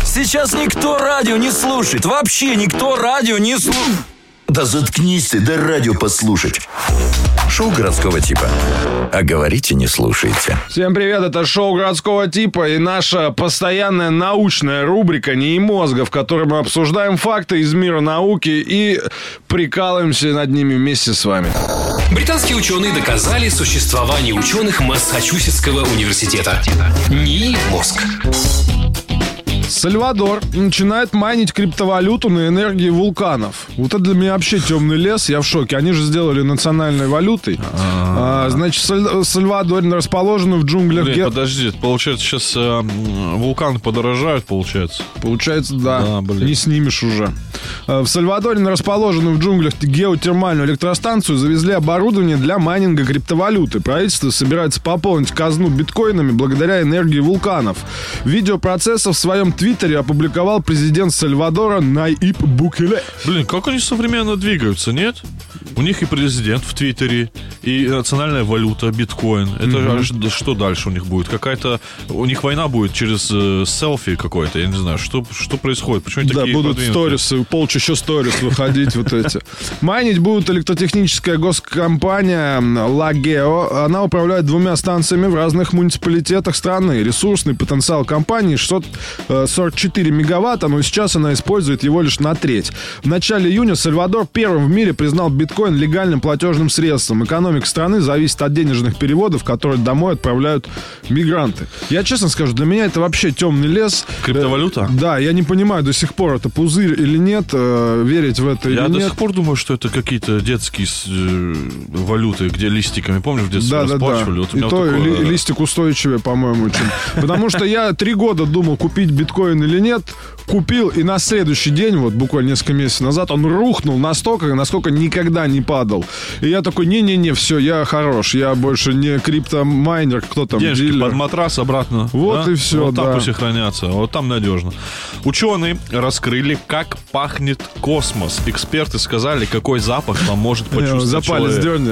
Сейчас никто радио не слушает. Вообще никто радио не слушает. Да заткнись ты, дай радио послушать. Шоу городского типа. А говорите, не слушайте. Всем привет, это шоу городского типа и наша постоянная научная рубрика «НИИ мозга», в которой мы обсуждаем факты из мира науки и прикалываемся над ними вместе с вами. Британские ученые доказали существование ученых Массачусетского университета. НИИ мозг. Сальвадор начинает майнить криптовалюту на энергии вулканов. Вот это для меня вообще темный лес, я в шоке. Они же сделали национальной валютой. Значит, Сальвадор расположен в джунглях... Подожди, получается, сейчас вулканы подорожают, получается? Получается, да. Не снимешь уже. В Сальвадоре на расположенную в джунглях геотермальную электростанцию завезли оборудование для майнинга криптовалюты. Правительство собирается пополнить казну биткоинами благодаря энергии вулканов. Видео процесса в своем твиттере опубликовал президент Сальвадора Найиб Букеле. Блин, как они современно двигаются, нет? У них и президент в твиттере, и национальная валюта, биткоин. Это что дальше у них будет? Какая-то... У них война будет через селфи какой-то, я не знаю, что происходит? Почему они такие будут продвинутые? сторисы, полчища сторис выходить вот эти. Майнить будет электротехническая госкомпания Лагео. Она управляет 2 станциями в разных муниципалитетах страны. Ресурсный потенциал компании 644 мегаватта, но сейчас она использует его лишь на треть. В начале июня Сальвадор первым в мире признал биткоин легальным платежным средством. Экономика страны зависит от денежных переводов, которые домой отправляют мигранты. Я честно скажу, для меня это вообще темный лес. Криптовалюта? Да, я не понимаю до сих пор, это пузырь или нет, верить в это или нет. Я до сих пор думаю, что это какие-то детские валюты, где листиками, помнишь, в детстве расплачивали? Вот и то такое... листик устойчивее, по-моему, чем... Потому что я 3 года думал, купить биткоин или нет. Купил, и на следующий день, вот буквально несколько месяцев назад, он рухнул настолько, насколько никогда не падал. И я такой, не-не-не, все, я хорош. Я больше не криптомайнер, кто там, денежки дилер. Под матрас обратно. Вот да? И все, вот да. там пусть и хранятся, вот там надежно. Ученые раскрыли, как пахнет космос. Эксперты сказали, какой запах там может почувствовать за палец дерни.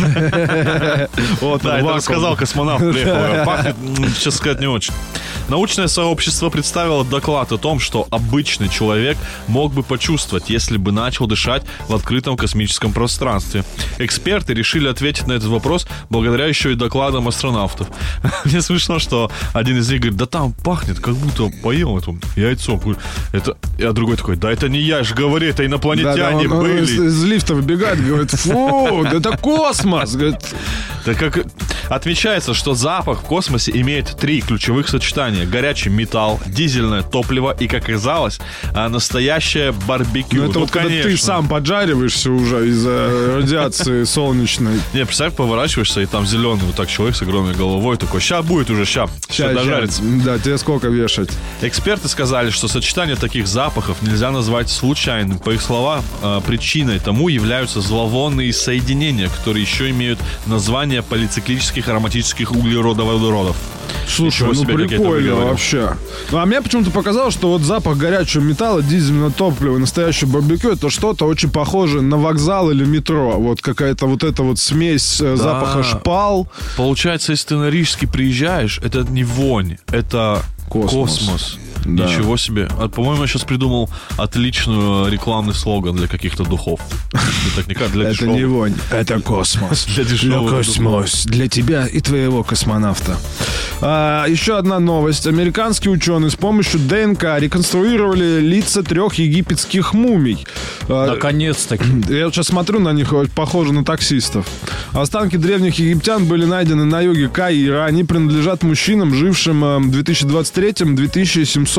Вот, да, это рассказал космонавт. Пахнет, сейчас сказать, не очень. Научное сообщество представило доклад о том, что обычный человек мог бы почувствовать, если бы начал дышать в открытом космическом пространстве. Эксперты решили ответить на этот вопрос благодаря еще и докладам астронавтов. Мне смешно, что один из них говорит, да там пахнет, как будто поел это яйцо. Это... А другой такой, да это не я же говорю, это инопланетяне были. Он из лифта выбегает, говорит, фу, да это космос. Так как отмечается, что запах в космосе имеет 3 ключевых сочетания. Горячий металл, дизельное топливо и, как оказалось, настоящее барбекю. Ну, это вот конечно. когда ты сам поджариваешься уже из-за радиации солнечной. Не, представь, поворачиваешься, и там зеленый вот так человек с огромной головой такой, ща будет уже, ща дожарится. Да, тебе сколько вешать? Эксперты сказали, что сочетание таких запахов нельзя назвать случайным. По их словам, причиной тому являются зловонные соединения, которые еще имеют название полициклических ароматических углеродов-водородов. Слушай, ну прикольно вообще. Ну, а мне почему-то показалось, что вот запах горячего металла, дизельного топлива и настоящего барбекю — это что-то очень похожее на вокзал или метро. Вот какая-то вот эта вот смесь запаха шпал. Получается, если ты на Рижский приезжаешь, это не вонь, это космос. Да. Ничего себе. По-моему, я сейчас придумал отличный рекламный слоган для каких-то духов. Это не вонь, это космос. Для космос. Для тебя и твоего космонавта. Еще одна новость. Американские ученые с помощью ДНК реконструировали лица 3 египетских мумий. Наконец-таки. Я вот сейчас смотрю на них, похоже на таксистов. Останки древних египтян были найдены на юге Каира. Они принадлежат мужчинам, жившим в 2023-2797,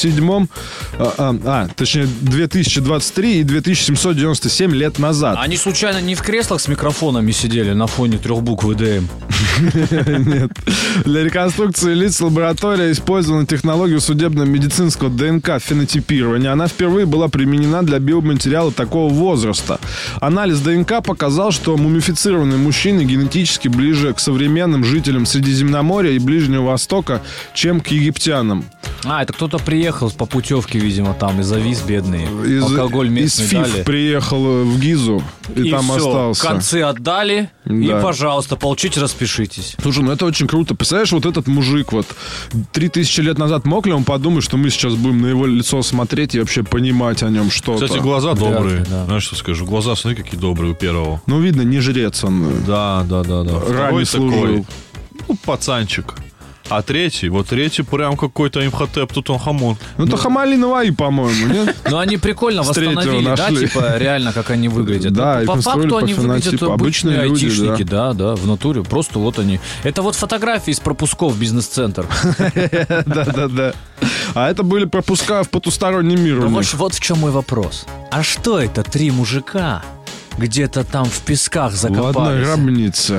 точнее 2023 и 2797 лет назад. Они случайно не в креслах с микрофонами сидели на фоне 3 букв ВДМ? Нет. Для реконструкции лиц лаборатория использовала технологию судебно-медицинского ДНК-фенотипирования. Она впервые была применена для биоматериала такого возраста. Анализ ДНК показал, что мумифицированные мужчины генетически ближе к современным жителям Средиземноморья и Ближнего Востока, чем к египтянам. Это кто-то приехал по путевке, видимо, там и завис, бедный. Алкоголь Из местный ФИФ дали. приехал в Гизу и там всё, остался. концы отдали, и, Да. пожалуйста, получите, распишитесь. Слушай, ну это очень круто. Представляешь, вот этот мужик вот 3000 лет назад мог ли он подумать, что мы сейчас будем на его лицо смотреть и вообще понимать о нем что-то? Кстати, глаза Вряд ли, добрые. да. Знаешь, что скажу? Глаза, смотри, какие добрые у первого. Ну, видно, не жрец он. Да. Ранее Второй служил. такой, ну, пацанчик. А третий прям какой-то имхотеп Тутанхамон. Ну, это Хамали Наваи, по-моему, нет? Но они прикольно С третьего восстановили, да, нашли. типа, реально, как они выглядят. Да, Ну, их по настроили факту по они выглядят фенотипу. обычные Обычные люди, айтишники, да, в натуре. Просто вот они. Это вот фотографии из пропусков в бизнес-центр. Да. А это были пропуска в потусторонний мир у Ну, них. вот в чем мой вопрос. А что это 3 мужика где-то там в песках В одной закопались? гробнице.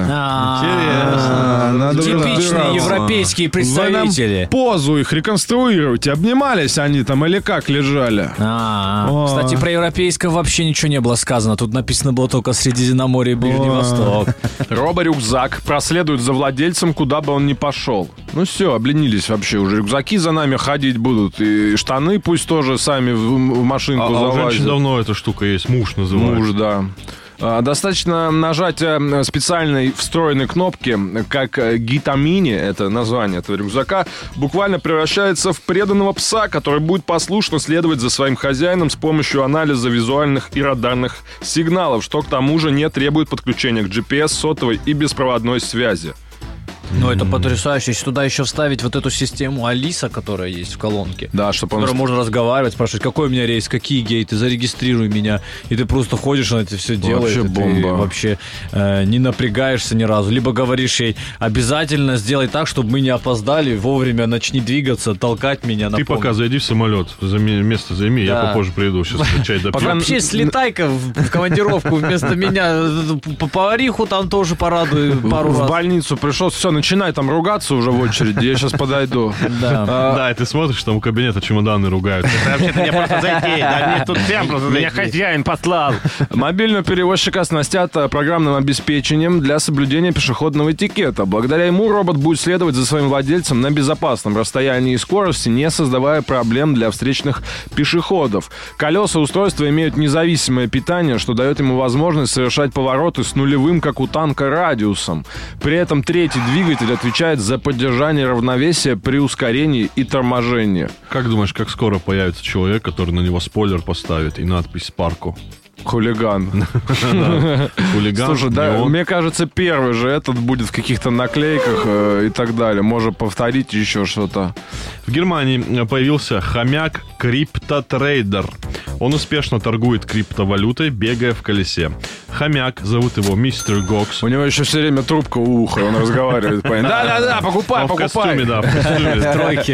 А, Надо Типичные разбираться. европейские Вы нам представители. позу их реконструируйте. Обнимались они там или как лежали? О. Кстати, про европейское вообще ничего не было сказано. Тут написано было только Средиземноморье и Ближний Восток. Робо-рюкзак проследует за владельцем, куда бы он ни пошел. Ну все, обленились вообще уже. Рюкзаки за нами ходить будут. И штаны пусть тоже сами в машинку А у женщин залазят. давно эта штука есть, муж называется. Муж, да. Достаточно нажатия специальной встроенной кнопки, как гитамини, это название этого рюкзака, буквально превращается в преданного пса, который будет послушно следовать за своим хозяином с помощью анализа визуальных и радарных сигналов, что к тому же не требует подключения к GPS, сотовой и беспроводной связи. Ну, это потрясающе. Если туда еще вставить вот эту систему Алиса, которая есть в колонке, Да, чтобы он... которой можно разговаривать, спрашивать, какой у меня рейс, какие гейты, зарегистрируй меня. И ты просто ходишь, она это все делает. Вообще и ты бомба. вообще не напрягаешься ни разу. Либо говоришь ей, обязательно сделай так, чтобы мы не опоздали, вовремя начни двигаться, толкать меня на Ты пока зайди в самолет, место займи, я Да. попозже приду, сейчас чай допью. Вообще слетай-ка в командировку вместо меня. По повариху там тоже порадуй пару в раз. больницу пришел, все, начинай там ругаться уже в очереди, я сейчас подойду. Да. Да, и ты смотришь, там у кабинета чемоданы ругаются. Вообще-то мне просто зайти, да, мне тут всем просто зайти. Меня хозяин послал. Мобильного перевозчика оснастят программным обеспечением для соблюдения пешеходного этикета. Благодаря ему робот будет следовать за своим владельцем на безопасном расстоянии и скорости, не создавая проблем для встречных пешеходов. Колеса устройства имеют независимое питание, что дает ему возможность совершать повороты с нулевым, как у танка, радиусом. При этом третий двигатель отвечает за поддержание равновесия при ускорении и торможении. Как думаешь, как скоро появится человек, который на него спойлер поставит и надпись «Парку»? Хулиган. Хулиган, Слушай, да, не он. мне кажется, первый же этот будет в каких-то наклейках и так далее. Может повторить еще что-то. В Германии появился хомяк криптотрейдер. Он успешно торгует криптовалютой, бегая в колесе. Хомяк, зовут его Мистер Гокс. У него еще все время трубка у уха, он разговаривает. Да-да-да, покупай, Он в покупай. костюме, да, в костюме. Тройки.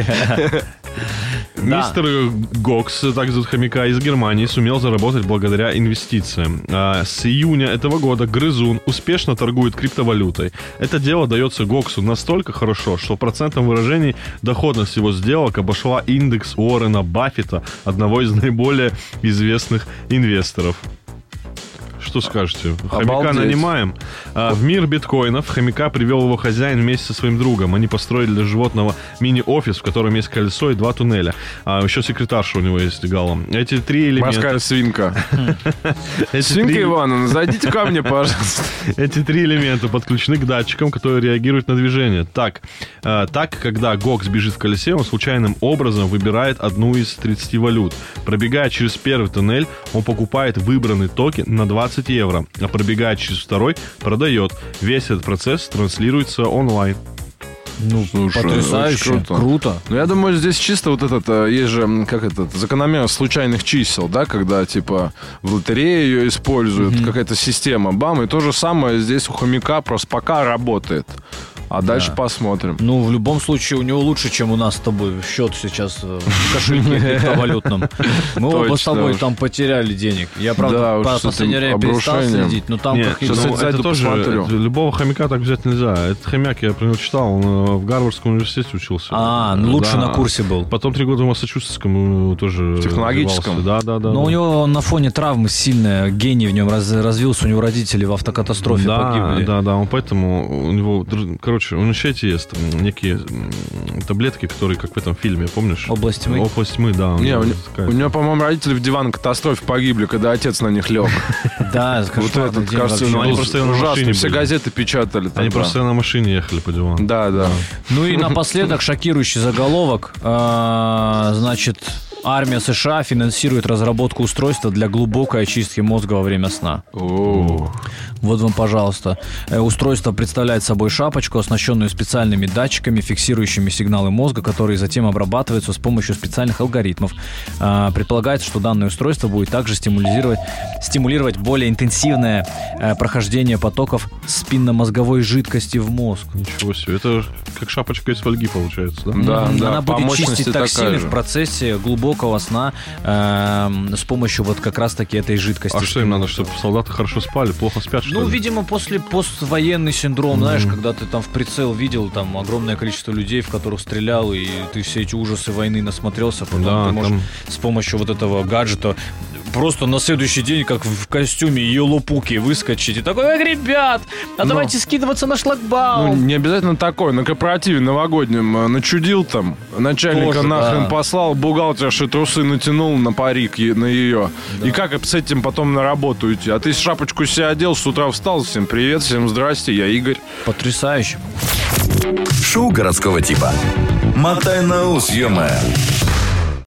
Мистер Гокс, так зовут хомяка, из Германии, сумел заработать благодаря инвестициям. С июня этого года грызун успешно торгует криптовалютой. Это дело дается Гоксу настолько хорошо, что в процентном выражении доходность его сделок обошла индекс Уоррена Баффета, одного из наиболее известных инвесторов. Что скажете? Хомяка Обалдеть. нанимаем. В мир биткоинов хомяка привел его хозяин вместе со своим другом. Они построили для животного мини-офис, в котором есть колесо и 2 туннеля. Еще секретарша у него есть Гала. Эти 3 элемента... Морская свинка. Эти Свинка три- Ивановна, зайдите ко мне, пожалуйста. Эти 3 элемента подключены к датчикам, которые реагируют на движение. Так, когда Гокс бежит в колесе, он случайным образом выбирает одну из 30 валют. Пробегая через первый туннель, он покупает выбранный токен на 20 евро, а пробегая через второй, продает. Весь этот процесс транслируется онлайн. Ну, Слушай, потрясающе. очень круто. Круто. Ну, я думаю, здесь чисто вот этот, есть же, как этот, закономерность случайных чисел, да, когда, типа, в лотерее ее используют, какая-то система, бам, и то же самое здесь у хомяка просто пока работает. А дальше посмотрим. Ну, в любом случае, у него лучше, чем у нас с тобой счет сейчас в кошельке криптовалютном. Мы оба с Точно тобой уж. там потеряли денег. Я, Да, правда, уж по с этим последнее время перестал обрушением. следить, но там Нет, какие-то... сейчас ну, я зайду, это тоже посмотрю. любого хомяка так взять нельзя. Этот хомяк, я про него читал, он в Гарвардском университете учился. Ну лучше Да. на курсе был. Потом 3 года в Массачусетском тоже Технологическом? развивался. Да. Но у него на фоне травмы сильная, гений в нем развился, у него родители в автокатастрофе погибли. Да, он поэтому у него, короче, он еще эти есть некие таблетки, которые, как в этом фильме, помнишь? Область тьмы? Область тьмы, да. Не, у него, по-моему, родители в диван-катастрофе погибли, когда отец на них лег. Да, Вот этот, кажется, вообще. он Просто на ужасный. машине Все были. газеты печатали. Они тогда. просто на машине ехали по дивану. Да, да. Ну и напоследок шокирующий заголовок. Значит, армия США финансирует разработку устройства для глубокой очистки мозга во время сна. Вот вам, пожалуйста. Устройство представляет собой шапочку, оснащенную специальными датчиками, фиксирующими сигналы мозга, которые затем обрабатываются с помощью специальных алгоритмов. Предполагается, что данное устройство будет также стимулировать более интенсивное прохождение потоков спинномозговой жидкости в мозг. Ничего себе. Это как шапочка из фольги получается, да? Да, Она по будет мощности чистить такая токсины же. в процессе глубокого сна с помощью вот как раз-таки этой жидкости. А что им надо, чтобы солдаты хорошо спали, плохо спят, что Ну, ли? видимо, после поствоенный синдром, знаешь, когда ты там в прицел видел там огромное количество людей, в которых стрелял, и ты все эти ужасы войны насмотрелся, потом Да, ты можешь там- с помощью вот этого гаджета просто на следующий день, как в костюме Йолопуки, выскочить и такой: эх, ребят, давайте скидываться на Ну, шлагбаум. не обязательно такой. На корпоративе новогоднем начудил там, начальника Тоже, нахрен да. послал, бухгалтерши трусы натянул на парик на ее. И как с этим потом на работу идти? А ты шапочку себе одел, с утра встал, всем привет, всем здрасте, я Игорь. Потрясающе. Шоу городского типа. Мотай на ус, ё-моё.